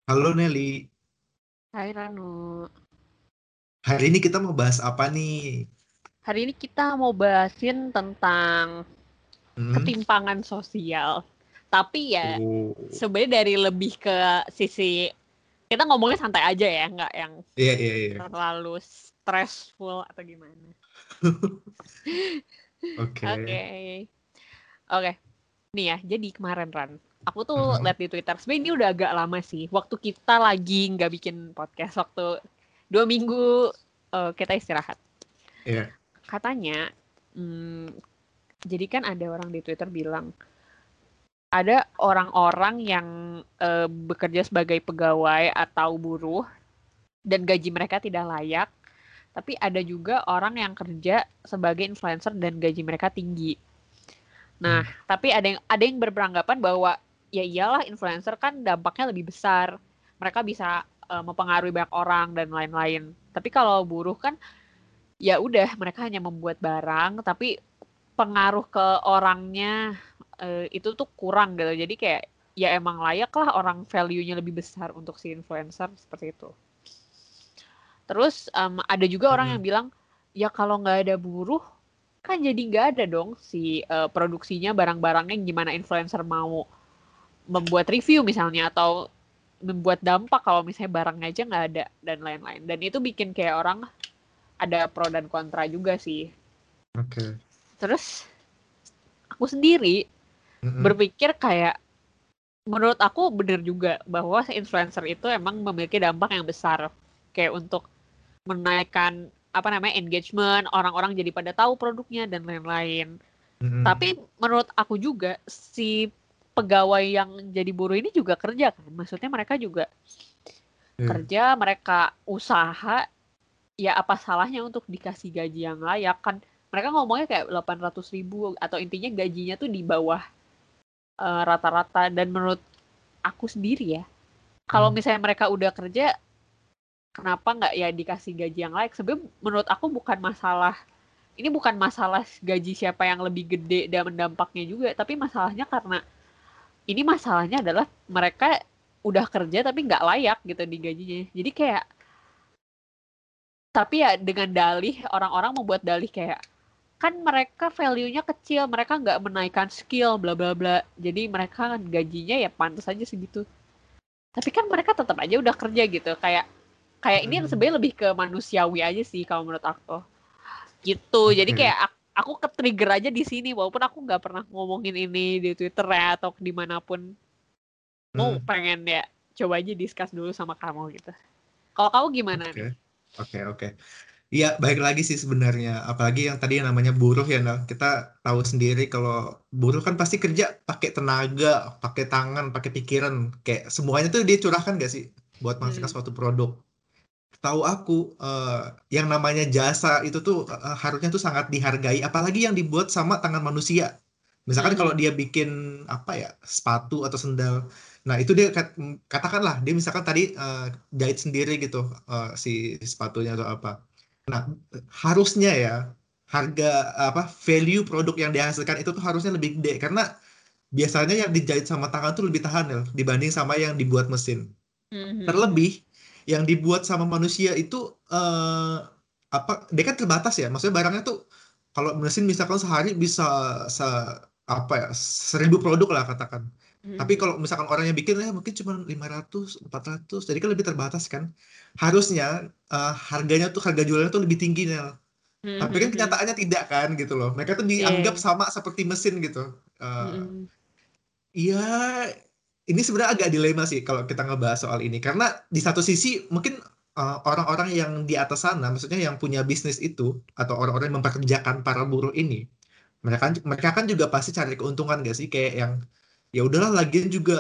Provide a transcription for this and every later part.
Halo Nelly, Hai Ranu, hari ini kita mau bahas apa nih? hari ini kita mau bahasin tentang Hmm? ketimpangan sosial. Tapi ya Oh, sebenarnya dari lebih ke sisi kita ngomongnya santai aja ya, nggak yang iya iya iya. terlalu stressful atau gimana. Oke. Oke, oke. Nih ya, jadi kemarin Ran, aku tuh Mhm. lihat di Twitter. Sebenarnya ini udah agak lama sih. Waktu kita lagi nggak bikin podcast, waktu 2 minggu kita istirahat. Iya. Katanya, hmm, jadi kan ada orang di Twitter bilang ada orang-orang yang bekerja sebagai pegawai atau buruh dan gaji mereka tidak layak, tapi ada juga orang yang kerja sebagai influencer dan gaji mereka tinggi. Nah, Hmm. tapi ada yang berberanggapan bahwa ya iyalah influencer kan dampaknya lebih besar. Mereka bisa mempengaruhi banyak orang dan lain-lain. Tapi kalau buruh kan ya udah mereka hanya membuat barang tapi pengaruh ke orangnya itu tuh kurang gitu. Jadi kayak ya emang layak lah orang value-nya lebih besar untuk si influencer seperti itu. Terus ada juga orang yang Mhm. bilang ya kalau nggak ada buruh kan jadi nggak ada dong si produksinya barang-barangnya gimana influencer mau membuat review misalnya atau membuat dampak kalau misalnya barangnya aja nggak ada dan lain-lain. Dan itu bikin kayak orang ada pro dan kontra juga sih. Oke. Terus aku sendiri Mhm. berpikir kayak menurut aku benar juga bahwa influencer itu emang memiliki dampak yang besar kayak untuk menaikkan apa namanya engagement orang-orang jadi pada tahu produknya dan lain-lain. Mhm. Tapi menurut aku juga si pegawai yang jadi buruh ini juga kerja kan, maksudnya mereka juga Iya. kerja, mereka usaha, ya apa salahnya untuk dikasih gaji yang layak kan. Mereka ngomongnya kayak 800.000 atau intinya gajinya tuh di bawah rata-rata. Dan menurut aku sendiri ya, kalau Mhm. misalnya mereka udah kerja, kenapa nggak ya dikasih gaji yang layak? Sebenarnya menurut aku bukan masalah, ini bukan masalah gaji siapa yang lebih gede dan dampaknya juga, tapi masalahnya karena ini masalahnya adalah mereka udah kerja tapi nggak layak gitu di gajinya. Jadi kayak, tapi ya dengan dalih, orang-orang membuat dalih kayak, kan mereka value-nya kecil, mereka nggak menaikkan skill, bla bla bla. Jadi mereka gajinya ya pantas aja segitu. Tapi kan mereka tetap aja udah kerja gitu. Kayak kayak ini Mhm. sebenarnya lebih ke manusiawi aja sih kalau menurut aku. Gitu. Jadi Oke. kayak aku ke trigger aja di sini walaupun aku nggak pernah ngomongin ini di Twitter ya atau dimanapun. Mau Hmm. pengen ya coba aja discuss dulu sama kamu gitu. Kalau kamu gimana Oke. nih? Oke, oke. Iya, baik lagi sih sebenarnya. Apalagi yang tadi yang namanya buruh ya, Nel. Kita tahu sendiri kalau buruh kan pasti kerja pakai tenaga, pakai tangan, pakai pikiran. Kayak semuanya tuh dia curahkan gak sih buat menghasilkan Hmm. suatu produk. Tahu aku yang namanya jasa itu tuh harusnya tuh sangat dihargai, apalagi yang dibuat sama tangan manusia. Misalkan kalau Hmm. dia bikin apa ya, sepatu atau sendal, nah itu dia katakanlah dia misalkan tadi jahit sendiri gitu, si sepatunya atau apa. Nah, harusnya ya harga apa value produk yang dihasilkan itu tuh harusnya lebih gede karena biasanya yang dijahit sama tangan tuh lebih tahan ya dibanding sama yang dibuat mesin. Hmm. Terlebih yang dibuat sama manusia itu apa dia kan terbatas ya. Maksudnya barangnya tuh kalau mesin misalkan sehari bisa se apa ya 1.000 produk lah katakan. Tapi Hmm. kalau misalkan orang yang bikin mungkin cuma 500, 400, jadi kan lebih terbatas kan. Harusnya harganya tuh harga jualnya tuh lebih tinggi Nel. Tapi kan Hmm. kenyataannya tidak kan gitu loh. Mereka tuh dianggap Iya. sama seperti mesin gitu. Eh, Hmm. Iya, ini sebenarnya agak dilema sih kalau kita ngebahas soal ini. Karena di satu sisi mungkin orang-orang yang di atas sana, maksudnya yang punya bisnis itu, atau orang-orang yang mempekerjakan para buruh ini, mereka kan juga pasti cari keuntungan gak sih? Kayak yang, ya udahlah lagian juga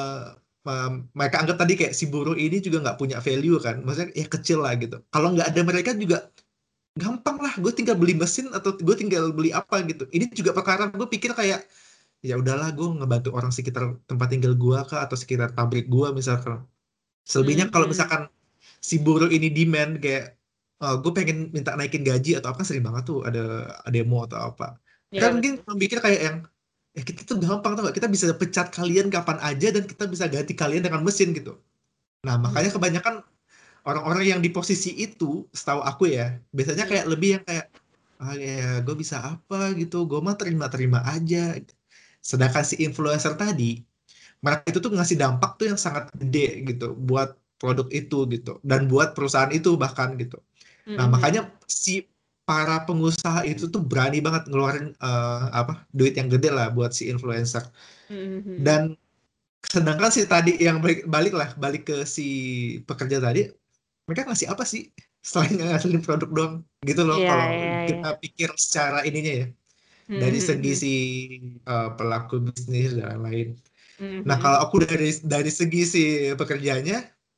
mereka anggap tadi kayak si buruh ini juga nggak punya value kan. Maksudnya ya kecil lah gitu. Kalau nggak ada mereka juga gampang lah, gue tinggal beli mesin atau gue tinggal beli apa gitu. Ini juga perkara gue pikir kayak ya udahlah gue ngebantu orang sekitar tempat tinggal gua kah atau sekitar pabrik gua misalkan. Selebihnya kalau Hmm. misalkan si buruh ini demand kayak gue pengen minta naikin gaji atau apa kan sering banget tuh ada demo atau apa. Kan Iya mungkin betul. mikir kayak yang kita tuh gampang tau gak kita bisa pecat kalian kapan aja dan kita bisa ganti kalian dengan mesin gitu. Nah, makanya Hmm. kebanyakan orang-orang yang di posisi itu, setahu aku ya, biasanya Hmm. kayak lebih yang kayak, ah ya gue bisa apa gitu, gue mah terima-terima aja. Sedangkan si influencer tadi, mereka itu tuh ngasih dampak tuh yang sangat gede gitu buat produk itu gitu dan buat perusahaan itu bahkan gitu. Nah, Hmm. makanya si para pengusaha itu tuh berani banget ngeluarin apa duit yang gede lah buat si influencer. Hmm. Dan sedangkan si tadi yang balik ke si pekerja tadi, mereka ngasih apa sih selain ngasilin produk doang gitu loh Iya, kalau iya, iya. kita pikir secara ininya ya dari segi Hmm. si pelaku bisnis dan lain-lain. Nah, Hmm. kalau aku dari segi si pekerjanya,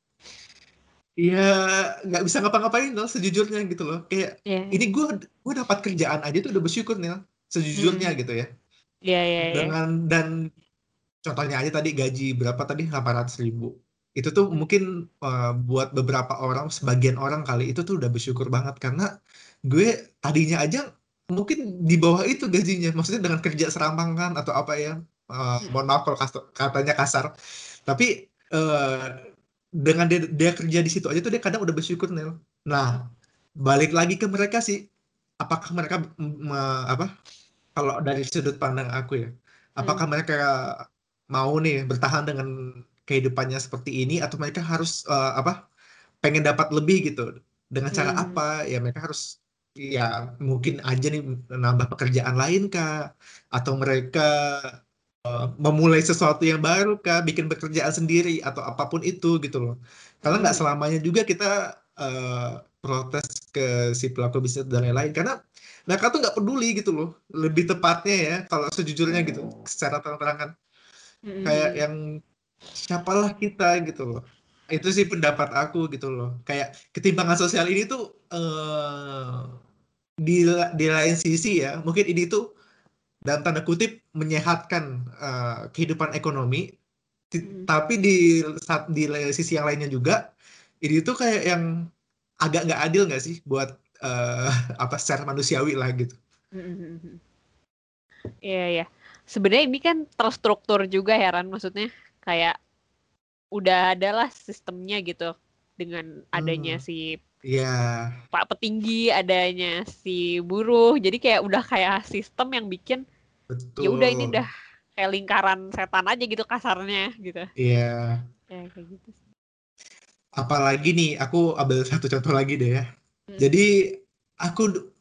ya nggak bisa ngapa-ngapain loh sejujurnya gitu loh. Kayak Iya, iya. ini gue dapat kerjaan aja tuh udah bersyukur nih sejujurnya Hmm. gitu ya. Iya, iya, iya. Dan contohnya aja tadi gaji berapa tadi 800.000. Itu tuh Hmm. mungkin buat beberapa orang, sebagian orang kali itu tuh udah bersyukur banget karena gue tadinya aja mungkin di bawah itu gajinya. Maksudnya dengan kerja serampangan atau apa ya. Mohon maaf kalau katanya kasar. Tapi dengan dia kerja di situ aja tuh dia kadang udah bersyukur Nel. Nah, balik lagi ke mereka sih. Apakah mereka apa? Kalau dari sudut pandang aku ya, Hmm. apakah mereka mau nih bertahan dengan kehidupannya seperti ini atau mereka harus apa pengen dapat lebih gitu dengan cara Hmm. apa ya mereka harus ya mungkin aja nih nambah pekerjaan lain kah atau mereka memulai sesuatu yang baru kah bikin pekerjaan sendiri atau apapun itu gitu loh karena nggak Hmm. selamanya juga kita protes ke si pelaku bisnis dan lain-lain karena mereka tuh nggak peduli gitu loh lebih tepatnya ya kalau sejujurnya gitu secara terang-terangan kayak Hmm. yang siapalah kita gitu loh itu sih pendapat aku gitu loh kayak ketimpangan sosial ini tuh di lain sisi ya mungkin ini tuh dalam tanda kutip menyehatkan kehidupan ekonomi Hmm. tapi di sisi yang lainnya juga ini tuh kayak yang agak nggak adil nggak sih buat eh, apa secara manusiawi lah gitu. Hmm. Iya, iya. Sebenarnya ini kan terstruktur juga ya, Ran. Maksudnya kayak udah adalah sistemnya gitu dengan adanya Hmm, si iya pak petinggi, adanya si buruh. Jadi kayak udah kayak sistem yang bikin ya udah ini betul. udah kayak lingkaran setan aja gitu kasarnya gitu. Iya. Ya kayak gitu sih. Apalagi nih, aku ambil satu contoh lagi deh ya. Hmm. Jadi aku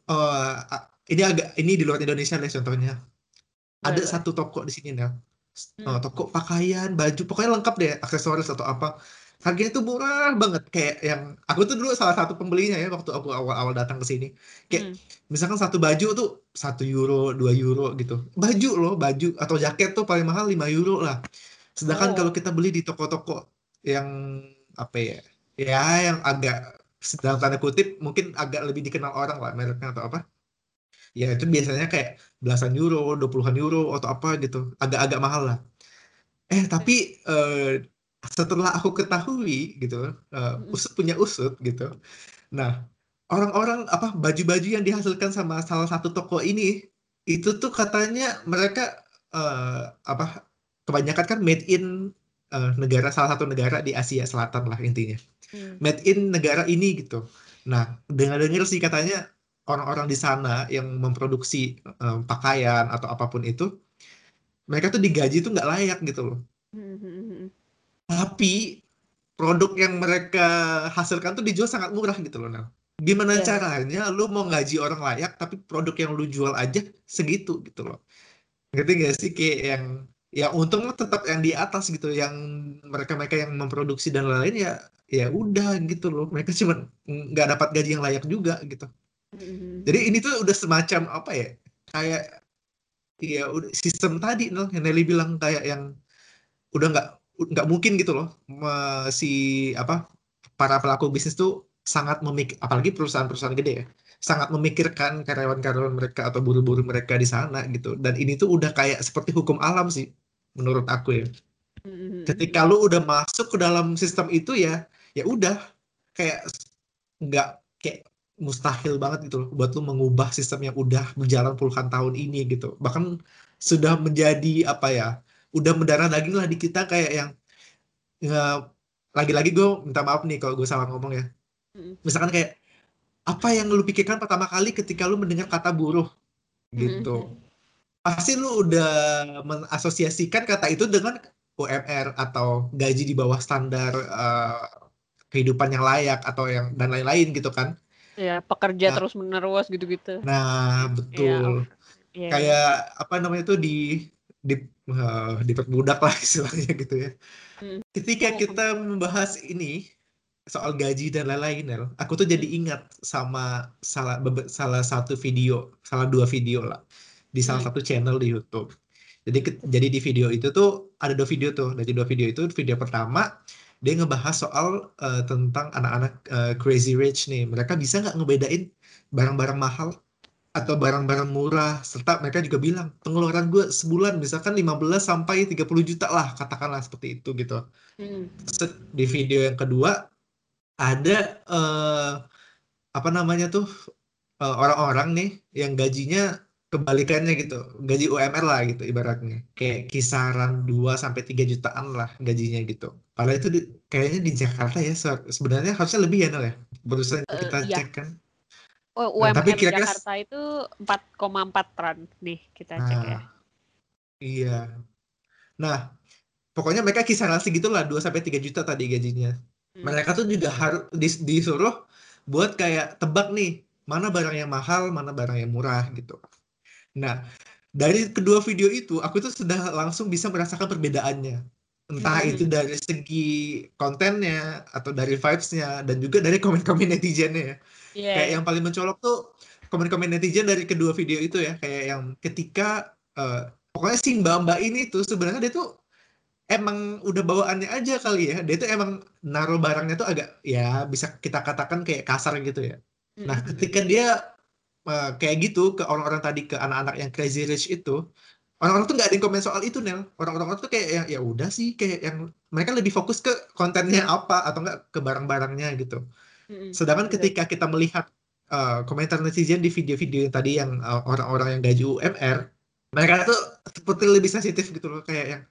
ini di luar Indonesia nih contohnya. Boleh, Ada boleh. satu toko di sini nih. Hmm. Toko pakaian, baju, pokoknya lengkap deh, aksesoris atau apa. Harganya tuh murah banget kayak yang aku tuh dulu salah satu pembelinya ya waktu aku awal-awal datang ke sini. Kayak Hmm. misalkan satu baju tuh 1 euro, 2 euro gitu. Baju loh, baju atau jaket tuh paling mahal 5 euro lah. Sedangkan kalau Oh. kita beli di toko-toko yang apa ya, ya yang agak sedang tanda kutip mungkin agak lebih dikenal orang lah mereknya atau apa, ya itu biasanya kayak belasan euro, 20-an euro atau apa gitu, agak-agak mahal lah. Tapi setelah aku ketahui gitu, Hmm. usut punya usut gitu. Nah, orang-orang apa baju-baju yang dihasilkan sama salah satu toko ini itu tuh katanya mereka apa kebanyakan kan made in negara salah satu negara di Asia Selatan lah intinya. Hmm. Made in negara ini gitu. Nah, dengar-dengar sih katanya orang-orang di sana yang memproduksi pakaian atau apapun itu, mereka tuh digaji tuh nggak layak gitu loh. Hmm. Hmm. Tapi produk yang mereka hasilkan tuh dijual sangat murah gitu loh, Nel. Gimana Iya. caranya lu mau gaji orang layak tapi produk yang lu jual aja segitu gitu loh. Ngerti gak sih kayak yang ya untung mah tetap yang di atas gitu yang mereka-mereka yang memproduksi dan lain-lain ya ya udah gitu loh. Mereka cuma nggak dapat gaji yang layak juga gitu. Jadi Hmm. ini tuh udah semacam apa ya? Kayak ya udah sistem tadi loh yang Nelly bilang kayak yang udah nggak mungkin gitu loh si apa para pelaku bisnis tuh sangat apalagi perusahaan-perusahaan gede ya sangat memikirkan karyawan-karyawan mereka atau buruh-buruh mereka di sana gitu dan ini tuh udah kayak seperti hukum alam sih menurut aku ya ketika Hmm. lu udah masuk ke dalam sistem itu ya ya udah kayak nggak kayak mustahil banget gitu loh buat lu mengubah sistem yang udah berjalan puluhan tahun ini gitu bahkan sudah menjadi apa ya udah mendarah daging lah di kita kayak yang lagi-lagi gue minta maaf nih kalau gue salah ngomong ya. Mm, Misalkan kayak apa yang lu pikirkan pertama kali ketika lu mendengar kata buruh mm, gitu. mm. Pasti lu udah mengasosiasikan kata itu dengan UMR atau gaji di bawah standar kehidupan yang layak atau yang dan lain-lain gitu kan. Ya, pekerja Nah, terus menerus gitu-gitu. Ya, betul. oh, ya, ya. Kayak apa namanya tuh di diperbudak lah istilahnya gitu ya. Mm, Ketika kita membahas ini soal gaji dan lain-lain, Nel, aku tuh jadi mm, ingat sama salah satu video, salah dua video lah di salah mm, satu channel di YouTube. Jadi di video itu tuh ada dua video tuh. Dari dua video itu, video pertama dia ngebahas soal tentang anak-anak Crazy Rich nih. Mereka bisa nggak ngebedain barang-barang mahal atau barang-barang murah, serta mereka juga bilang pengeluaran gue sebulan misalkan 15 sampai 30 juta lah, katakanlah seperti itu gitu. mm. Di video yang kedua ada apa namanya tuh orang-orang nih yang gajinya kebalikannya gitu, gaji UMR lah gitu ibaratnya. Kayak kisaran 2 sampai 3 jutaan lah gajinya gitu. Padahal itu kayaknya di Jakarta ya sebenarnya harusnya lebih ya Nel ya. Barusan kita Iya. cek kan. Oh, Nah, tapi UMR kira-kira Jakarta itu 4,4 tran nih kita cek ya. nah, iya. Nah, pokoknya mereka kisaran segitulah 2 sampai 3 juta tadi gajinya. Hmm. Mereka tuh juga harus disuruh buat kayak tebak nih, mana barang yang mahal, mana barang yang murah gitu. Nah, dari kedua video itu aku tuh sudah langsung bisa merasakan perbedaannya. Entah itu Mm-mm. dari segi kontennya atau dari vibes-nya dan juga dari komen-komen netizennya ya. Iya, Kayak iya. yang paling mencolok tuh komen-komen netizen dari kedua video itu ya, kayak yang ketika pokoknya si mbak-mbak ini tuh sebenarnya dia tuh emang udah bawaannya aja kali ya. Dia tuh emang naruh barangnya tuh agak ya bisa kita katakan kayak kasar gitu ya. Nah, Mm-mm. ketika dia kayak gitu ke orang-orang tadi, ke anak-anak yang crazy rich itu, orang-orang tuh nggak ada yang komen soal itu Nel. Orang-orang tuh kayak ya udah sih, kayak yang mereka lebih fokus ke kontennya apa atau enggak ke barang-barangnya gitu. Mm-mm. Sedangkan Betul. ketika kita melihat komentar netizen di video-video yang tadi yang orang-orang yang gaji UMR, mereka tuh seperti lebih sensitif gitu loh, kayak yang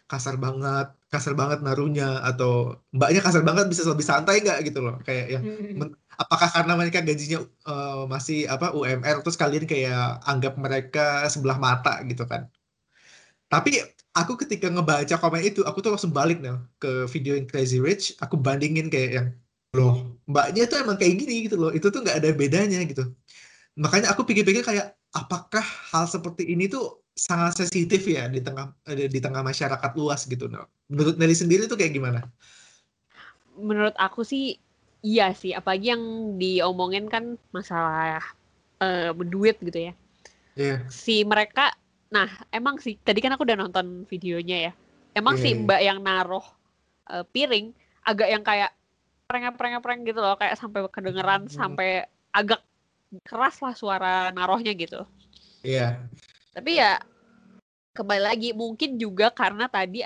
kasar banget naruhnya, atau mbaknya kasar banget bisa lebih santai nggak gitu loh, kayak yang Mm-mm. apakah karena mereka gajinya masih apa UMR terus kalian kayak anggap mereka sebelah mata gitu kan. Tapi aku ketika ngebaca komen itu aku tuh langsung balik nih ke video yang Crazy Rich, aku bandingin kayak yang loh, mbaknya tuh emang kayak gini gitu loh, itu tuh nggak ada bedanya gitu. Makanya aku pikir-pikir kayak apakah hal seperti ini tuh sangat sensitif ya di tengah masyarakat luas gitu. Nah, menurut Nelly sendiri tuh kayak gimana? Menurut aku sih iya sih, apalagi yang diomongin kan masalah duit gitu ya. Iya, Si mereka, nah emang sih tadi kan aku udah nonton videonya ya. Emang iya, si iya. mbak yang naruh piring agak yang kayak preng-preng gitu loh, kayak sampai kedengeran Hmm, sampai agak keras lah suara narohnya gitu. iya. Tapi ya kembali lagi mungkin juga karena tadi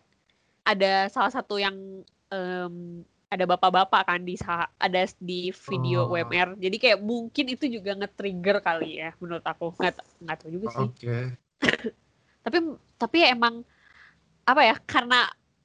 ada salah satu yang em, ada bapak-bapak kan ada di video Oh, UMR. Jadi kayak mungkin itu juga nge-trigger kali ya menurut aku. Nggak tahu juga sih. oke. Tapi tapi ya emang apa ya? Karena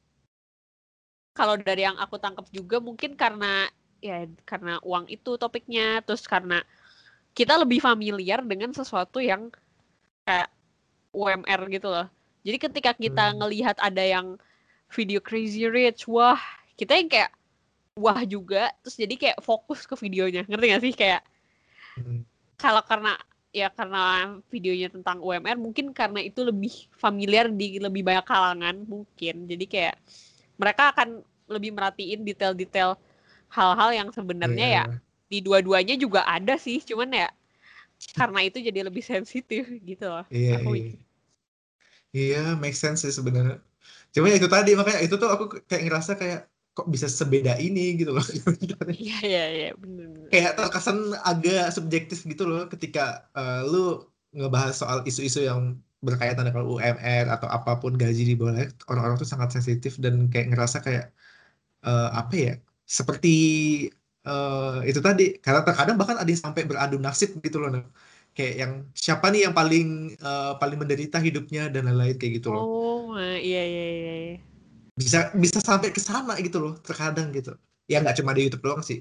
kalau dari yang aku tangkap juga mungkin karena uang itu topiknya, terus karena kita lebih familiar dengan sesuatu yang kayak UMR gitu loh. Jadi ketika kita Hmm, ngelihat ada yang video Crazy Rich, wah, kita yang kayak wah juga, terus jadi kayak fokus ke videonya. Ngerti gak sih? Kayak hmm. kalau karena videonya tentang UMR, mungkin karena itu lebih familiar di lebih banyak kalangan mungkin. Jadi kayak mereka akan lebih merhatiin detail-detail hal-hal yang sebenarnya ya Iya, di dua-duanya juga ada sih, cuman ya karena itu jadi lebih sensitif gitu loh. iya, Aku iya. mikir. Iya, make sense sih sebenarnya. Cuma ya itu tadi, makanya itu tuh aku kayak ngerasa kayak kok bisa sebeda ini gitu loh. Iya, iya, iya, bener-bener. Kayak terkesan agak subjektif gitu loh ketika lu ngebahas soal isu-isu yang berkaitan dengan UMR atau apapun gaji di bawah, orang-orang tuh sangat sensitif dan kayak ngerasa kayak apa ya, seperti itu tadi, karena terkadang bahkan ada yang sampai beradu nasib gitu loh, nah. Kayak yang siapa nih yang paling paling menderita hidupnya dan lain-lain kayak gitu loh. Oh, iya, iya, iya, iya. bisa sampai ke sana gitu loh terkadang gitu. Ya nggak cuma di YouTube doang sih.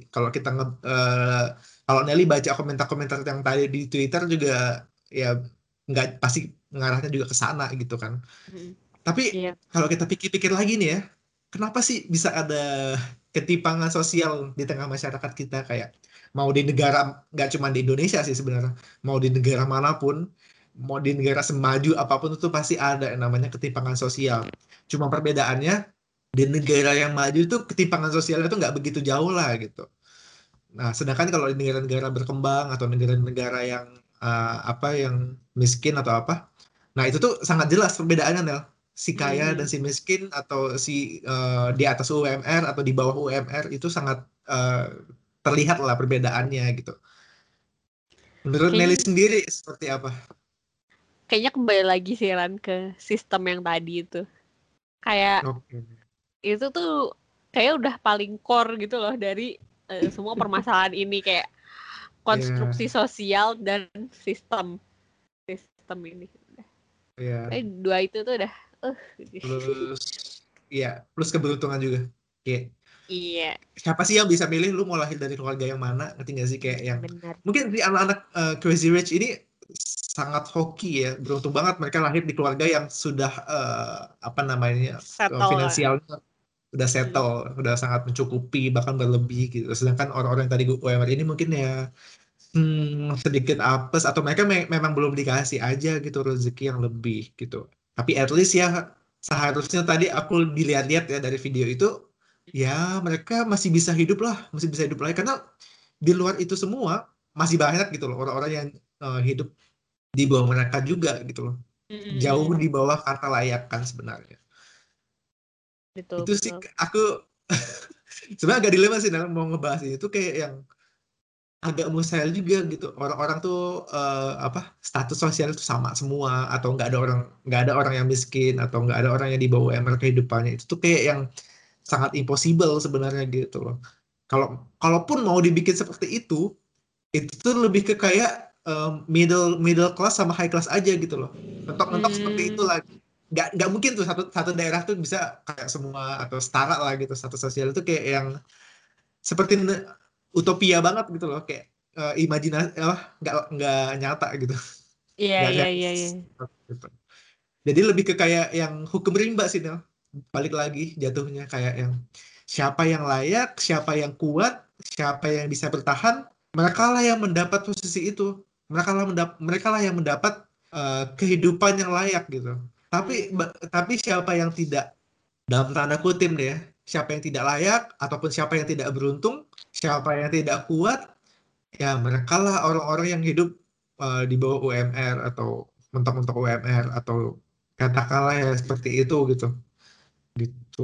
Kalau Nelly baca komentar-komentar yang tadi di Twitter juga ya nggak pasti mengarahnya juga ke sana gitu kan. Mm. Tapi Iya. kalau kita pikir-pikir lagi nih ya, kenapa sih bisa ada ketimpangan sosial di tengah masyarakat kita kayak mau di negara nggak cuma di Indonesia sih sebenarnya, mau di negara manapun, mau di negara semaju apapun itu pasti ada yang namanya ketimpangan sosial. Cuma perbedaannya di negara yang maju itu ketimpangan sosialnya itu nggak begitu jauh lah gitu. Nah, sedangkan kalau di negara-negara berkembang atau negara-negara yang yang miskin atau apa, nah itu tuh sangat jelas perbedaannya Nel. Si kaya dan Mhm. si miskin atau si di atas UMR atau di bawah UMR itu sangat terlihat lah perbedaannya gitu. Menurut Nelly Kayaknya sendiri seperti apa? kayaknya kembali lagi sih Ran ke sistem yang tadi itu. Kayak Oke. itu tuh kayak udah paling core gitu loh dari semua permasalahan ini kayak Ya, konstruksi sosial dan sistem sistem ini. ya. Kayak dua itu tuh udah Plus, ya, plus keberuntungan juga. Kayak iya, siapa sih yang bisa milih lu mau lahir dari keluarga yang mana? Ngerti nggak sih kayak yang benar. mungkin di anak-anak Crazy Rich ini sangat hoki ya, beruntung banget mereka lahir di keluarga yang sudah apa namanya Settle lah. finansialnya udah Mm. settle, udah sangat mencukupi bahkan berlebih gitu. Sedangkan orang-orang yang tadi gue UMR ini mungkin ya sedikit apes atau mereka memang belum dikasih aja gitu rezeki yang lebih gitu. Tapi at least ya seharusnya tadi aku dilihat-lihat ya dari video itu ya mereka masih bisa hidup lah, masih bisa hidup lagi karena di luar itu semua masih banyak gitu loh orang-orang yang hidup di bawah mereka juga gitu loh. Jauh Mm-mm. di bawah kata layak kan sebenarnya. Betul Itu sih betul. aku sebenarnya agak dilema sih dalam mau ngebahas ini. Itu kayak yang agak mustahil juga gitu. Orang-orang tuh apa status sosial itu sama semua atau nggak ada orang yang miskin atau nggak ada orang yang di bawah UMR kehidupannya itu tuh kayak yang sangat impossible sebenarnya gitu loh. Kalau kalaupun mau dibikin seperti itu tuh lebih ke kayak middle middle class sama high class aja gitu loh. Mentok-mentok seperti itu Hmm. lagi. Nggak mungkin tuh satu satu daerah tuh bisa kayak semua atau setara lah gitu status sosial itu kayak yang seperti utopia banget gitu loh kayak imajinasi nggak nyata gitu Iya nggak iya iya iya. realistis gitu. Jadi lebih ke kayak yang hukum rimba sih Nel. Balik lagi jatuhnya kayak yang siapa yang layak, siapa yang kuat, siapa yang bisa bertahan, mereka lah yang mendapat posisi itu, mereka lah yang mendapat kehidupan yang layak gitu. Hmm. Tapi siapa yang tidak, dalam tanda kutip deh ya, siapa yang tidak layak ataupun siapa yang tidak beruntung, siapa yang tidak kuat, ya mereka lah orang-orang yang hidup di bawah UMR atau mentok-mentok UMR atau katakanlah ya seperti itu gitu gitu.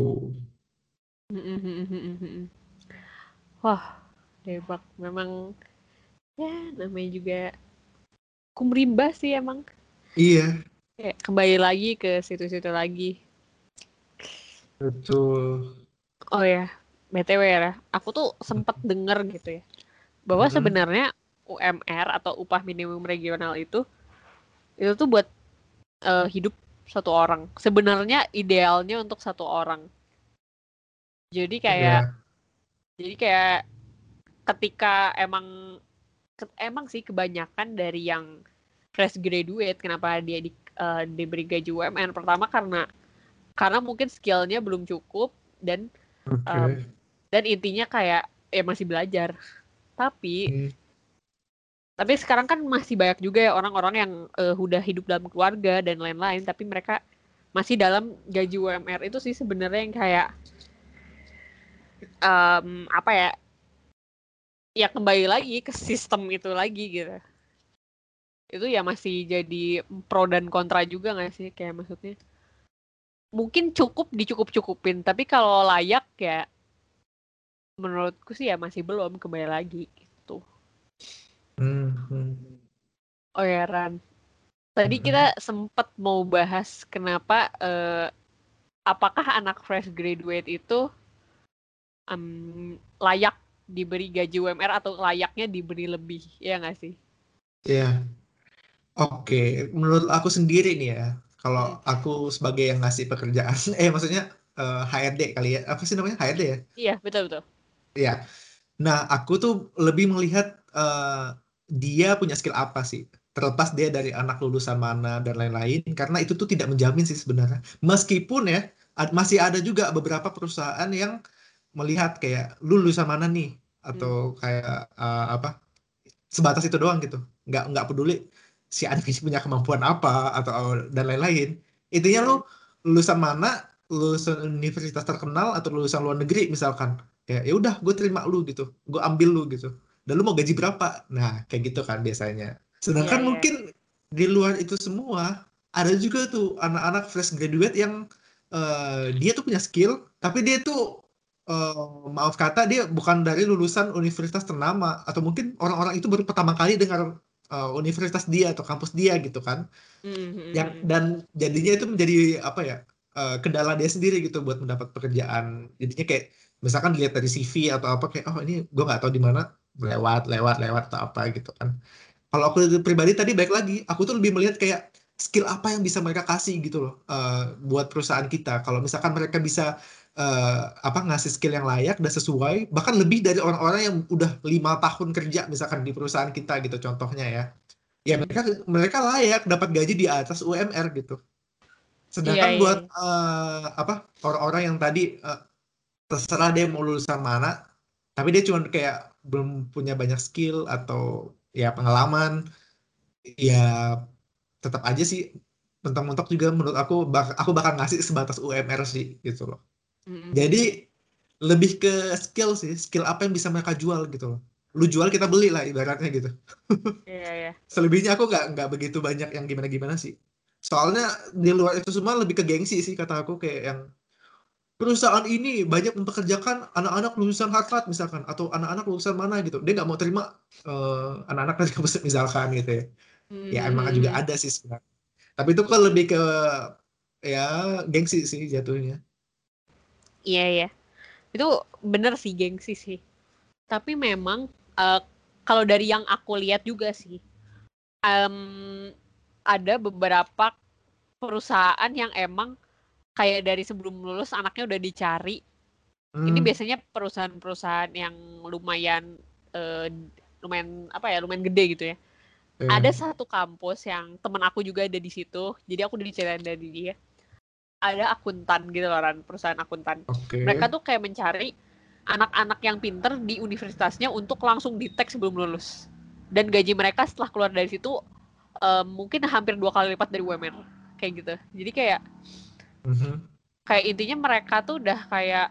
Mm-mm. Wah, hebat. Memang ya namanya juga kumrimba sih emang. Iya, Kayak kembali lagi ke situ-situ lagi. betul. Oh ya, BTW ya, aku tuh sempet denger gitu ya, bahwa Mm-mm. sebenarnya UMR atau upah minimum regional itu tuh buat hidup satu orang. Sebenarnya idealnya untuk satu orang. Jadi kayak Ya, jadi kayak ketika emang sih kebanyakan dari yang fresh graduate kenapa dia diberi gaji UMR pertama karena mungkin skillnya belum cukup dan um, oke. dan intinya kayak ya masih belajar. Tapi Hmm, tapi sekarang kan masih banyak juga ya orang-orang yang udah hidup dalam keluarga dan lain-lain tapi mereka masih dalam gaji UMR itu sih sebenarnya yang kayak apa ya, ya kembali lagi ke sistem itu lagi gitu. Itu ya masih jadi pro dan kontra juga nggak sih, kayak maksudnya mungkin cukup dicukup-cukupin tapi kalau layak ya menurutku sih ya masih belum, kembali lagi gitu. hmm. Oh ya Ran, tadi kita Mm-mm. sempet mau bahas kenapa apakah anak fresh graduate itu layak diberi gaji UMR atau layaknya diberi lebih, ya nggak sih? Ya, oke. Menurut aku sendiri nih ya, kalau Hmm. aku sebagai yang ngasih pekerjaan, maksudnya HRD kali ya, apa sih namanya, HRD ya? Iya, betul-betul. Iya. Nah, aku tuh lebih melihat dia punya skill apa sih. Terlepas dia dari anak lulusan mana dan lain-lain, karena itu tuh tidak menjamin sih sebenarnya. Meskipun ya, masih ada juga beberapa perusahaan yang melihat kayak lu lulusan mana nih, Hmm. atau kayak apa, sebatas itu doang gitu. Nggak peduli si anak ini punya kemampuan apa atau dan lain-lain. Intinya lu Mm-mm. lulusan mana, lulusan universitas terkenal atau lulusan luar negeri misalkan, kayak ya udah gue terima lu gitu, gue ambil lu gitu, dan lu mau gaji berapa, nah kayak gitu kan biasanya. Iya, Sedangkan iya. mungkin di luar itu semua ada juga tuh anak-anak fresh graduate yang dia tuh punya skill tapi dia tuh maaf kata dia bukan dari lulusan universitas ternama, atau mungkin orang-orang itu baru pertama kali dengar universitas dia atau kampus dia gitu kan, yang Mm-mm. dan jadinya itu menjadi apa ya, kendala dia sendiri gitu buat mendapat pekerjaan. Jadinya kayak misalkan dilihat dari CV atau apa, kayak oh ini gue nggak tahu di mana, lewat lewat lewat atau apa gitu kan. Kalau aku pribadi tadi baik lagi, aku tuh lebih melihat kayak skill apa yang bisa mereka kasih gitu loh, buat perusahaan kita. Kalau misalkan mereka bisa apa, ngasih skill yang layak dan sesuai, bahkan lebih dari orang-orang yang udah 5 tahun kerja misalkan di perusahaan kita gitu contohnya ya. Ya mereka mereka layak dapat gaji di atas UMR gitu. Iya, Sedangkan iya, buat iya. apa, orang-orang yang tadi terserah dia mau lulusan mana, tapi dia cuma kayak belum punya banyak skill atau ya pengalaman, ya tetap aja sih mentok-mentok juga menurut aku aku bakal ngasih sebatas UMR sih gitu loh. Jadi Mm-mm. lebih ke skill sih, skill apa yang bisa mereka jual gitu loh. Lu jual kita beli lah ibaratnya gitu. Iya, iya. Selebihnya aku nggak begitu banyak yang gimana-gimana sih. Soalnya di luar itu semua lebih ke gengsi sih kata aku, kayak yang perusahaan ini banyak mempekerjakan anak-anak lulusan Harvard misalkan atau anak-anak lulusan mana gitu. Dia nggak mau terima anak-anak dari kampus misalkan gitu ya. Ya emang juga Mm-mm. ada sih sebenarnya. Tapi itu kan lebih ke ya gengsi sih jatuhnya. Iya, iya. Itu bener sih, gengsi sih. Tapi memang eh, kalau dari yang aku lihat juga sih, em, ada beberapa perusahaan yang emang kayak dari sebelum lulus anaknya udah dicari. Ini Hmm, biasanya perusahaan-perusahaan yang lumayan eh, lumayan apa ya, lumayan gede gitu ya. Ada ya, satu kampus yang temen aku juga ada di situ, jadi aku diceritain dari dia. Ada akuntan gitu loh, Ran, perusahaan akuntan. oke. Mereka tuh kayak mencari anak-anak yang pinter di universitasnya untuk langsung di tag sebelum lulus. Dan gaji mereka setelah keluar dari situ mungkin hampir 2 kali lipat dari UMR. Kayak gitu. Jadi kayak Mhm. kayak intinya mereka tuh udah kayak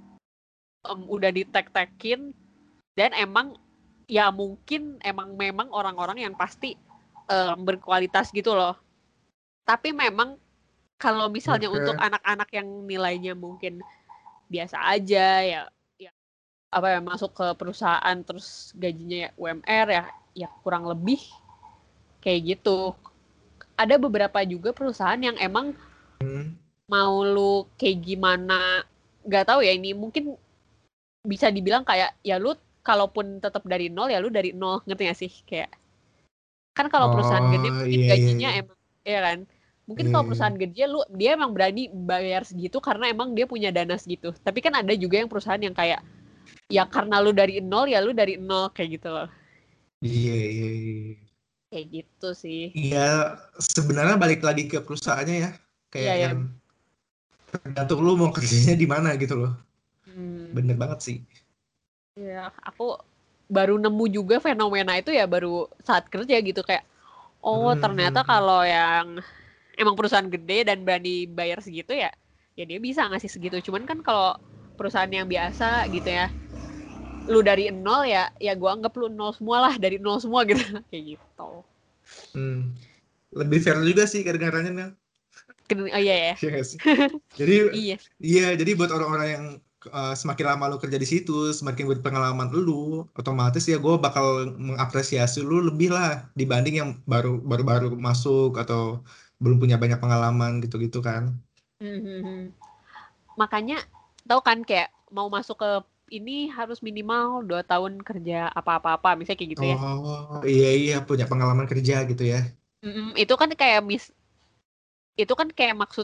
udah di tag-tagin, dan emang ya mungkin emang memang orang-orang yang pasti berkualitas gitu loh. Tapi memang kalau misalnya untuk Oke. anak-anak yang nilainya mungkin biasa aja ya, ya apa ya, masuk ke perusahaan terus gajinya ya UMR ya, ya kurang lebih kayak gitu. Ada beberapa juga perusahaan yang emang Hmm. mau lu kayak gimana, nggak tahu ya, ini mungkin bisa dibilang kayak ya lu kalaupun tetap dari nol ya lu dari nol, ngerti gak sih, kayak kan kalau perusahaan gede Oh mungkin iya iya gajinya iya. emang, ya kan, mungkin Iya kalau iya. perusahaan gede lu dia emang berani bayar segitu karena emang dia punya dana segitu. Tapi kan ada juga yang perusahaan yang kayak ya karena lu dari nol ya lu dari nol kayak gitu loh. Iya iya iya. Kayak gitu sih. Iya, sebenarnya balik lagi ke perusahaannya ya. Iya Kayak ya. yang tergantung lu mau kerjanya di mana gitu loh. Hmm, Bener banget sih. ya aku baru nemu juga fenomena itu ya baru saat kerja gitu, kayak oh ternyata Hmm. kalau yang emang perusahaan gede dan berani bayar segitu ya, ya dia bisa ngasih segitu. Cuman kan kalau perusahaan yang biasa gitu ya, lu dari nol ya, ya gua anggap lu nol semua lah, dari nol semua gitu. Kayak gitu. Hmm. Lebih fair juga sih kadang-kadang kan. Oh iya ya. Iya nggak sih? Jadi Iya. iya, jadi buat orang-orang yang semakin lama lu kerja di situ, semakin berpengalaman lu, otomatis ya gue bakal mengapresiasi lu lebih lah dibanding yang baru-baru masuk atau belum punya banyak pengalaman gitu-gitu kan. Mhm. Makanya tahu kan kayak mau masuk ke ini harus minimal 2 tahun kerja apa-apa-apa, misalnya kayak gitu ya. Oh iya iya, punya pengalaman kerja gitu ya. Itu kan kayak maksudnya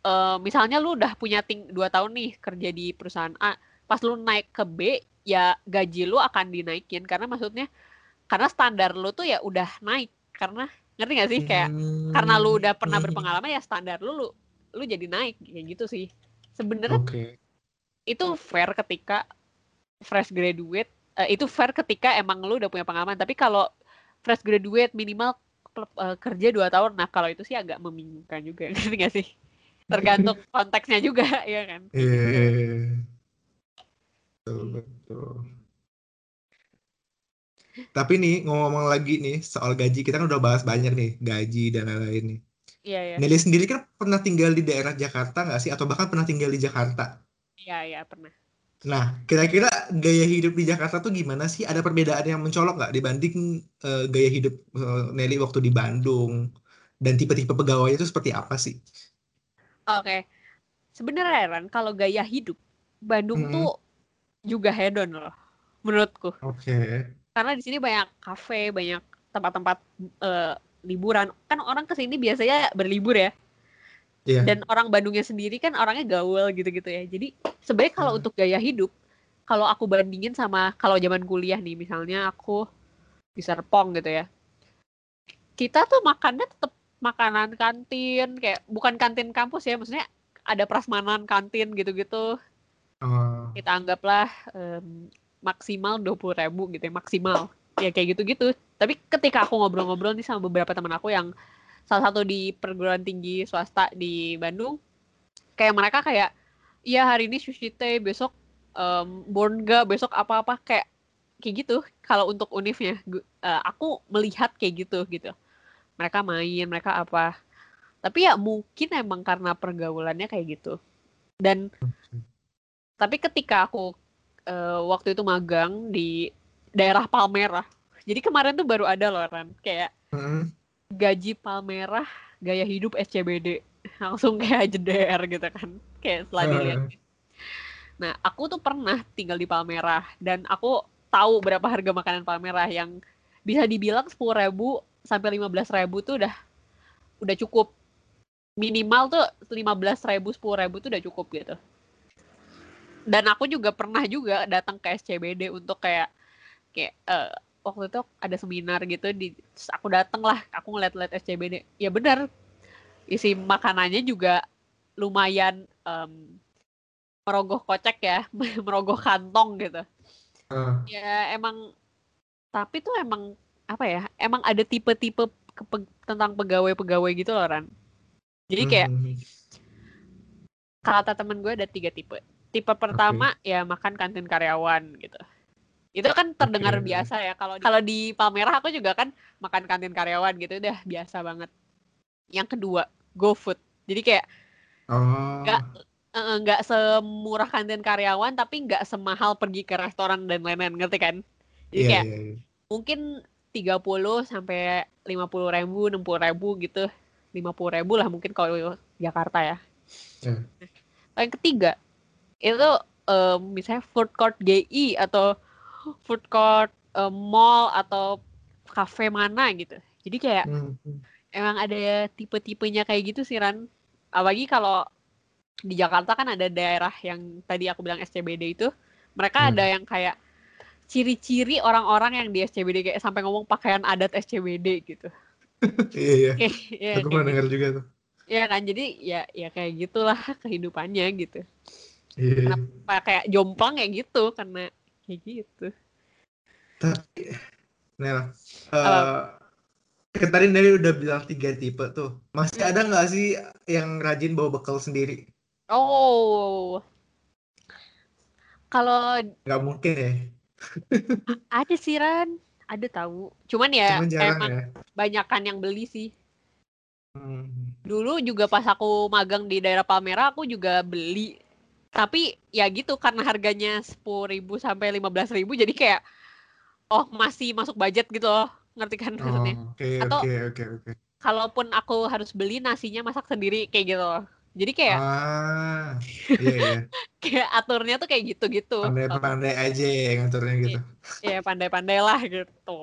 misalnya lu udah punya 2 tahun nih kerja di perusahaan A, pas lu naik ke B, ya gaji lu akan dinaikin karena maksudnya karena standar lu tuh ya udah naik karena ngerti gak sih kayak karena lu udah pernah berpengalaman ya standar lu jadi naik kayak gitu sih. Sebenarnya itu fair ketika fresh graduate, itu fair ketika emang lu udah punya pengalaman. Tapi kalau fresh graduate minimal kerja 2 tahun, nah kalau itu sih agak membingungkan juga, ngerti gak sih? Tergantung konteksnya juga, ya kan? Betul. Tapi nih ngomong lagi nih soal gaji, kita kan udah bahas banyak nih gaji dan lain-lain nih. Iya. Nelly sendiri kan pernah tinggal di daerah Jakarta nggak sih? Atau bahkan pernah tinggal di Jakarta? Iya, pernah. Nah, kira-kira gaya hidup di Jakarta tuh gimana sih? Ada perbedaan yang mencolok nggak dibanding gaya hidup Nelly waktu di Bandung? Dan tipe-tipe pegawainya itu seperti apa sih? Oke. Sebenarnya Ran, kalau gaya hidup, Bandung tuh juga hedon loh, menurutku. Karena di sini banyak kafe, banyak tempat-tempat liburan. Kan orang kesini biasanya berlibur ya. Dan orang Bandungnya sendiri kan orangnya gaul gitu-gitu ya. Jadi sebenarnya kalau untuk gaya hidup, kalau aku bandingin sama kalau zaman kuliah nih, misalnya aku di Serpong gitu ya. Kita tuh makannya tetap makanan kantin, kayak bukan kantin kampus ya, maksudnya ada prasmanan kantin gitu-gitu. Kita anggaplah maksimal 20.000 gitu ya, maksimal. Ya kayak gitu-gitu. Tapi ketika aku ngobrol-ngobrol nih sama beberapa teman aku yang salah satu di perguruan tinggi swasta di Bandung, kayak mereka kayak, iya hari ini sushi teh, besok bornga, besok apa-apa, kayak gitu. Kalau untuk univnya, aku melihat kayak gitu. Mereka main, mereka apa. Tapi ya mungkin emang karena pergaulannya kayak gitu. Dan tapi ketika aku waktu itu magang di daerah Palmerah. Jadi kemarin tuh baru ada loh Ran, kayak gaji Palmerah, gaya hidup SCBD. Langsung kayak jeder gitu kan. Kayak setelah dilihat. Nah, aku tuh pernah tinggal di Palmerah dan aku tahu berapa harga makanan Palmerah yang bisa dibilang 10.000 sampai 15.000 tuh udah cukup. Minimal tuh 15.000, 10.000 tuh udah cukup gitu. Dan aku juga pernah juga datang ke SCBD untuk kayak waktu itu ada seminar gitu, terus aku dateng lah, aku ngeliat-liat SCBD. Ya benar, isi makanannya juga lumayan merogoh kocek ya, merogoh kantong gitu. Ya emang, tapi tuh emang apa ya, emang ada tipe-tipe tentang pegawai-pegawai gitu loh Ran. Jadi kayak kata temen gue ada 3 tipe. Tipe pertama ya makan kantin karyawan gitu. Itu kan terdengar biasa ya. Kalau di Palmerah aku juga kan makan kantin karyawan gitu, udah biasa banget. Yang kedua, GoFood. Jadi kayak nggak semurah kantin karyawan, tapi nggak semahal pergi ke restoran dan lain-lain, ngerti kan? Jadi kayak mungkin 30 sampai 50.000, 60.000 gitu. 50.000 lah mungkin kalau Jakarta ya. Yang ketiga, itu misalnya food court GI atau food court mall atau cafe mana gitu. Jadi kayak emang ada tipe-tipenya kayak gitu sih Ran. Apalagi kalau di Jakarta kan ada daerah yang tadi aku bilang SCBD itu, mereka ada yang kayak ciri-ciri orang-orang yang di SCBD kayak sampai ngomong pakaian adat SCBD gitu. Iya. Ya, Aku pernah dengar juga tuh. Ya kan, jadi ya kayak gitulah kehidupannya gitu. Iya. Kenapa kayak jomplang kayak gitu, karena kayak gitu. Tapi, Nel, tadi Nelly udah bilang 3 tipe tuh. Masih ada nggak sih yang rajin bawa bekal sendiri? Oh, kalau Nggak mungkin ya. ada sih Ran, ada tahu. Cuman ya Jarang emang ya. banyakan yang beli sih. Dulu juga pas aku magang di daerah Palmerah, aku juga beli. Tapi ya gitu, karena harganya 10.000 sampai 15.000, jadi kayak masih masuk budget gitu loh, ngerti kan maksudnya? Atau Oke. kalaupun aku harus beli, nasinya masak sendiri kayak gitu loh. Jadi kayak iya. kayak aturnya tuh kayak gitu-gitu. Pandai-pandai aja ya ngaturnya gitu. Iya, pandai-pandai lah gitu.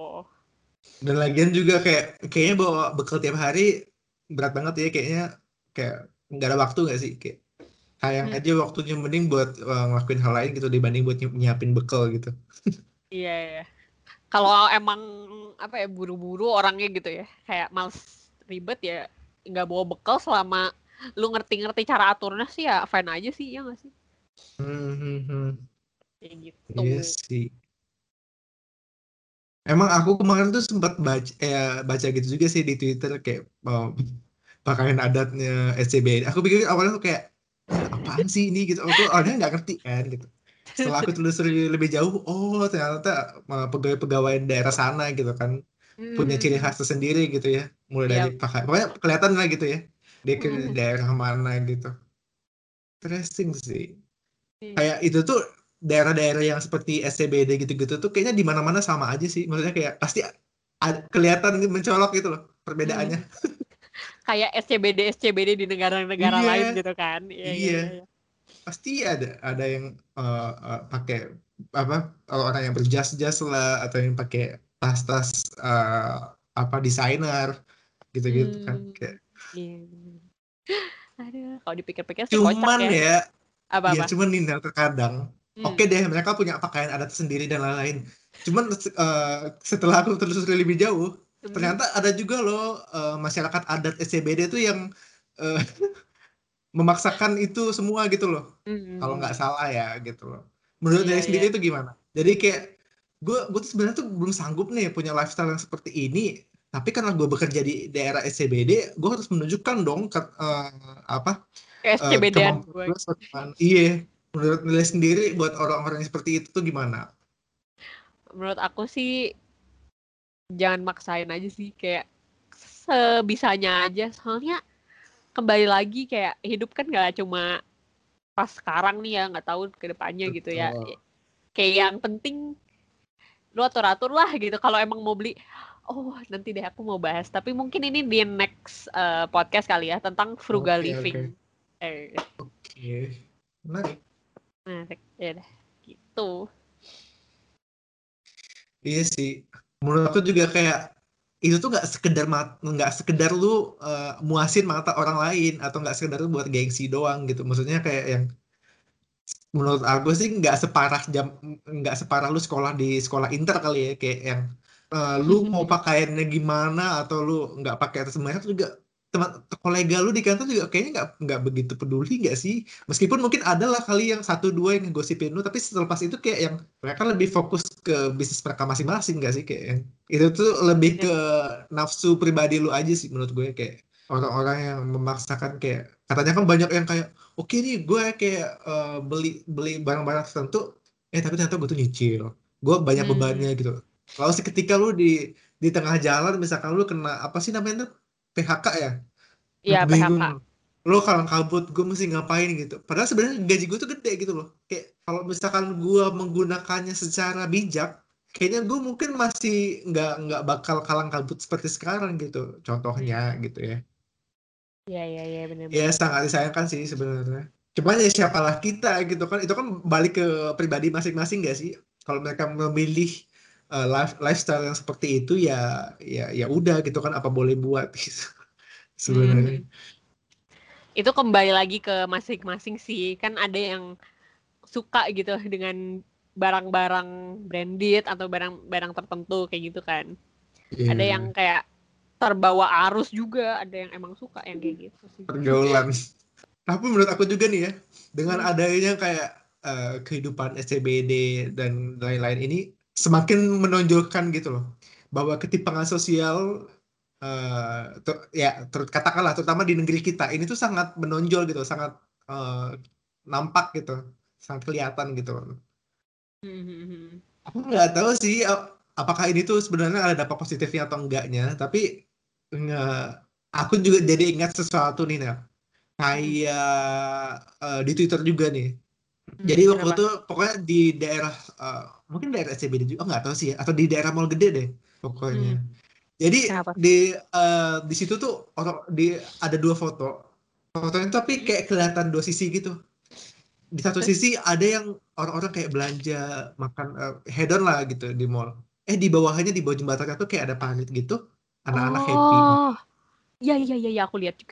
Dan lagian juga kayaknya bawa bekal tiap hari berat banget ya, kayaknya kayak nggak ada waktu nggak sih, kayak sayang Hmm, aja waktunya, mending buat ngelakuin hal lain gitu dibanding buat nyiapin bekal gitu. iya ya. Kalau emang apa ya buru-buru orangnya gitu ya, kayak males ribet ya, nggak bawa bekal selama lu ngerti-ngerti cara aturnya sih ya fine aja sih, ya nggak sih? Hmm. Kayak gitu. Iya sih. Emang aku kemarin tuh sempat baca gitu juga sih di Twitter kayak pakaian adatnya SCBD. Aku pikir awalnya tuh kayak apaan sih ini gitu. Aku awalnya nggak ngerti kan gitu. Setelah aku telusuri lebih jauh, oh ternyata pegawai-pegawai daerah sana gitu kan punya ciri Hmm, khas tersendiri gitu ya. Mulai dari iya. pakai, pokoknya kelihatan lah gitu ya. Dia ke daerah mana gitu. Interesting sih. Kayak itu tuh daerah-daerah yang seperti SCBD gitu-gitu tuh kayaknya di mana-mana sama aja sih. Maksudnya kayak pasti kelihatan mencolok gitu loh perbedaannya. Hmm. Kayak SCBD di negara-negara Iya, lain gitu kan. Iya, iya, iya. iya. Iya. Pasti ada yang pakai apa, orang yang berjas-jas lah atau yang pakai tas-tas apa desainer gitu-gitu kan. Kayak Hmm, iya. Aduh, kalau dipikir-pikir sih kocak cuman ya. ya, iya Apa-apa? cuman nih Nel, terkadang Hmm. oke deh mereka punya pakaian adat sendiri dan lain-lain. Cuman setelah aku telusuri lebih jauh, Hmm. ternyata ada juga loh masyarakat adat SCBD tuh yang eh, memaksakan itu semua gitu loh. Kalau nggak Hmm. salah ya gitu loh. Menurut Iya, dari iya. sendiri itu gimana? Jadi kayak gue tuh sebenarnya tuh belum sanggup nih punya lifestyle yang seperti ini. Tapi karena gue bekerja di daerah SCBD, gue harus menunjukkan dong apa Kayak SCBD-an kemampuan gue. gue seperti mana. Iya, menurut nilai sendiri buat orang-orang yang seperti itu tuh gimana? Menurut aku sih jangan maksain aja sih, kayak sebisanya aja. Soalnya kembali lagi kayak hidup kan gak cuma pas sekarang nih ya, nggak tahu ke depannya gitu ya. Betul. Kayak yang penting lu atur-atur lah gitu. Kalau emang mau beli, oh nanti deh aku mau bahas. Tapi mungkin ini di next podcast kali ya tentang frugal Oke, oke. living. Eh, Oke. Menarik. nah, ya udah gitu. Iya sih. Menurut aku juga kayak itu tuh nggak sekedar lu muasin mata orang lain atau nggak sekedar lu buat gengsi doang gitu. Maksudnya kayak yang menurut aku sih nggak separah lu sekolah di sekolah inter kali ya, kayak yang lu mau pakaiannya gimana atau lu nggak pakai atas merek juga, teman kolega lu di kantor juga kayaknya nggak begitu peduli nggak sih, meskipun mungkin ada lah kali yang satu dua yang ngegosipin lu, tapi selepas itu kayak yang mereka lebih fokus ke bisnis mereka masing-masing nggak sih, kayak yang itu tuh lebih ke nafsu pribadi lu aja sih menurut gue, kayak orang-orang yang memaksakan kayak katanya kan banyak yang kayak oke nih gue kayak beli beli barang-barang tertentu, tapi ternyata gue tuh nyicil, gue banyak Hmm, bebannya gitu. Lalu seketika lu di tengah jalan misalkan lu kena apa sih namanya tuh, PHK ya, lu ya bingung, PHK. lu kalau kabut gue mesti ngapain gitu, padahal sebenarnya gaji gue tuh gede gitu loh, kayak kalau misalkan gue menggunakannya secara bijak kayaknya gue mungkin masih nggak bakal kalang kabut seperti sekarang gitu contohnya gitu ya. Iya, iya, iya, Ya benar-benar. sangat disayangkan sih sebenarnya. Cuman ya siapalah kita gitu kan. Itu kan balik ke pribadi masing-masing gak sih? Kalau mereka memilih lifestyle yang seperti itu ya ya udah gitu kan, apa boleh buat gitu sebenarnya. Mhm. Itu kembali lagi ke masing-masing sih. Kan ada yang suka gitu dengan barang-barang branded atau barang-barang tertentu kayak gitu kan. Ada yang Iya, kayak terbawa arus juga, ada yang emang suka yang kayak gitu sih. pergaulan. Tapi menurut aku juga nih ya, dengan Hmm. adanya kayak kehidupan SCBD dan lain-lain ini semakin menonjolkan gitu loh, bahwa ketimpangan sosial katakanlah terutama di negeri kita ini tuh sangat menonjol gitu, sangat eh, nampak gitu, sangat kelihatan gitu. Hmm. Aku nggak tahu sih apakah ini tuh sebenarnya ada dampak positifnya atau enggaknya, tapi nggak, aku juga jadi ingat sesuatu nih Nel, Hmm. kayak di Twitter juga nih. Jadi Hmm. waktu Kenapa? itu pokoknya di daerah eh, mungkin daerah SCBD juga, oh, nggak tahu sih ya, atau di daerah Mall Gede deh pokoknya. Hmm. Jadi Kenapa? di situ tuh ada dua foto. Fotonya tuh tapi Hmm. kayak kelihatan dua sisi gitu. Di satu Terus? sisi ada yang orang-orang kayak belanja makan hedon lah gitu di mall. Di bawahnya di bawah jembatannya tuh kayak ada parit gitu. Anak-anak happy. Oh, iya, iya, iya, iya, aku lihat juga tuh.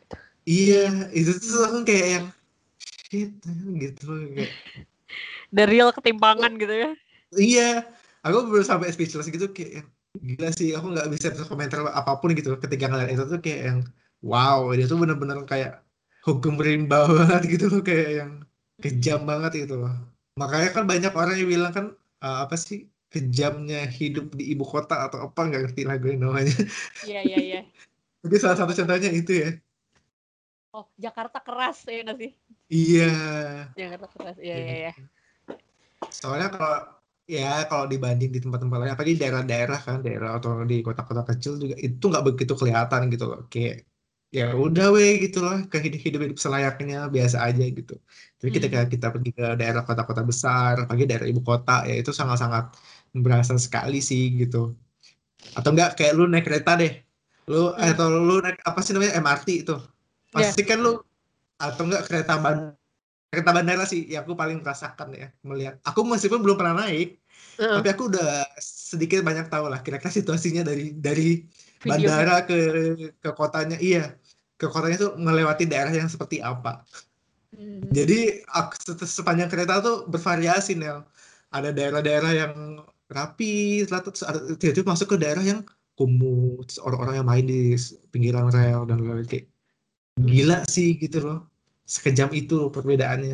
Iya, Iya. itu tuh Hmm. langsung kayak yang shit gitu loh kayak. The real ketimpangan Oh, gitu ya. iya, aku baru sampai speechless gitu kayak yang, gila sih, aku nggak bisa berkomentar apapun gitu ketika ngeliat itu tuh kayak yang wow, dia tuh bener-bener kayak hukum rimba banget gitu loh, kayak yang kejam banget gitu loh. Makanya kan banyak orang yang bilang kan apa sih kejamnya hidup di ibu kota atau apa nggak ngerti lagu namanya. Iya, iya, iya. Jadi salah satu contohnya itu ya. Oh, Jakarta keras ya nggak sih? Iya. Jakarta keras. Iya, Kayak iya, iya. gitu. Soalnya kalau dibanding di tempat-tempat lain, apalagi di daerah-daerah kan, daerah atau di kota-kota kecil juga itu nggak begitu kelihatan gitu loh. Kayak ya udah weh gitu loh, ke hidup selayaknya biasa aja gitu. Tapi ketika Mhm. kita pergi ke daerah kota-kota besar, apalagi daerah ibu kota, ya itu sangat-sangat berasa sekali sih gitu. Atau enggak kayak lu naik kereta deh, Hmm. atau lu naik apa sih namanya MRT itu, Iya. pasti kan lu atau enggak kereta bandara sih yang aku paling merasakan ya melihat. Aku meskipun belum pernah naik, Heeh. tapi aku udah sedikit banyak tahu lah kira-kira situasinya dari Video-video. bandara ke kotanya. Iya, ke kotanya tuh melewati daerah yang seperti apa. Mhm. Jadi sepanjang kereta tuh bervariasi Nel. Ada daerah-daerah yang rapi, terus ada tiba-tiba masuk ke daerah yang kumuh, terus orang-orang yang main di pinggiran rel dan lain-lain kayak Mhm. gila sih gitu loh. Sekejam itu loh perbedaannya.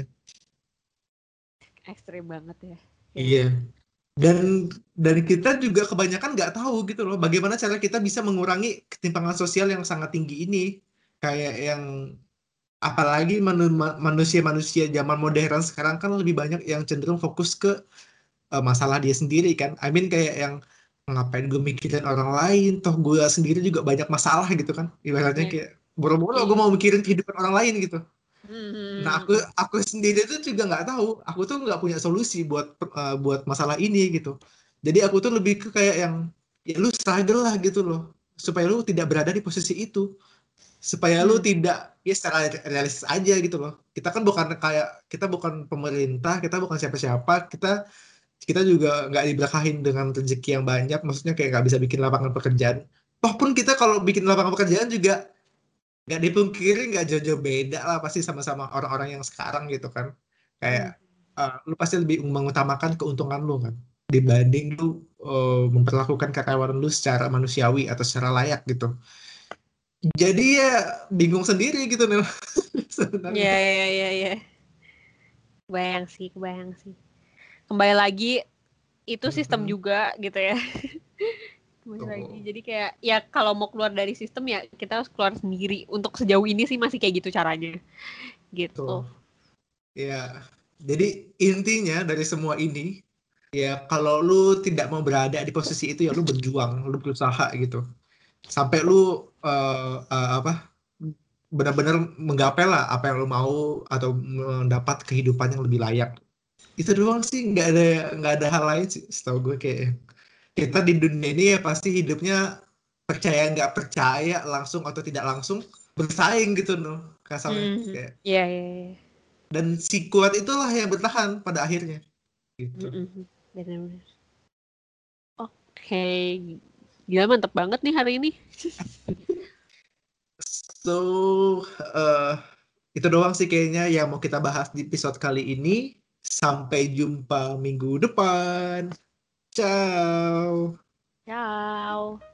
Ekstrim banget ya. Ya. Iya. Dan kita juga kebanyakan nggak tahu gitu loh bagaimana cara kita bisa mengurangi ketimpangan sosial yang sangat tinggi ini, kayak yang apalagi manusia-manusia zaman modern sekarang kan lebih banyak yang cenderung fokus ke masalah dia sendiri kan. I mean kayak yang ngapain gue mikirin orang lain, toh gue sendiri juga banyak masalah gitu kan, ibaratnya Iya. kayak boro-boro Iya, gue iya. mau mikirin kehidupan orang lain gitu. Nah, aku Mhm. aku sendiri tuh juga nggak tahu. Aku tuh nggak punya solusi buat masalah ini gitu. Jadi aku tuh lebih ke kayak yang ya lu struggle lah gitu loh, supaya lu tidak berada di posisi itu, supaya lu Mhm. tidak ya secara realistis aja gitu loh. Kita bukan pemerintah, kita bukan siapa-siapa, kita kita juga nggak diberkahin dengan rezeki yang banyak. Maksudnya kayak nggak bisa bikin lapangan pekerjaan. Toh pun kita kalau bikin lapangan pekerjaan juga nggak dipungkiri nggak jauh-jauh beda lah pasti sama-sama orang-orang yang sekarang gitu kan, kayak Mhm. lu pasti lebih mengutamakan keuntungan lu kan dibanding lu memperlakukan karyawan lu secara manusiawi atau secara layak gitu. Jadi ya bingung sendiri gitu nih Iya, sebenarnya. iya, iya, iya. Kebayang sih, kebayang sih. Kembali lagi itu sistem Mhm. juga gitu ya. Kembali lagi. Tuh. Jadi kayak ya kalau mau keluar dari sistem ya kita harus keluar sendiri. Untuk sejauh ini sih masih kayak gitu caranya. Tuh. Gitu. Ya, jadi intinya dari semua ini ya kalau lu tidak mau berada di posisi itu ya lu berjuang, lu berusaha gitu sampai lu apa benar-benar menggapai lah apa yang lo mau atau mendapat kehidupan yang lebih layak. Itu doang sih, nggak ada hal lain sih setahu gue, kayak kita di dunia ini ya pasti hidupnya percaya nggak percaya langsung atau tidak langsung bersaing gitu loh kasarnya Hmm. kayak, Iya, iya, iya. dan si kuat itulah yang bertahan pada akhirnya gitu. Mhm. Benar-benar. Oke. Gila mantep banget nih hari ini. So eh, itu doang sih kayaknya yang mau kita bahas di episode kali ini. Sampai jumpa minggu depan. Ciao. Ciao.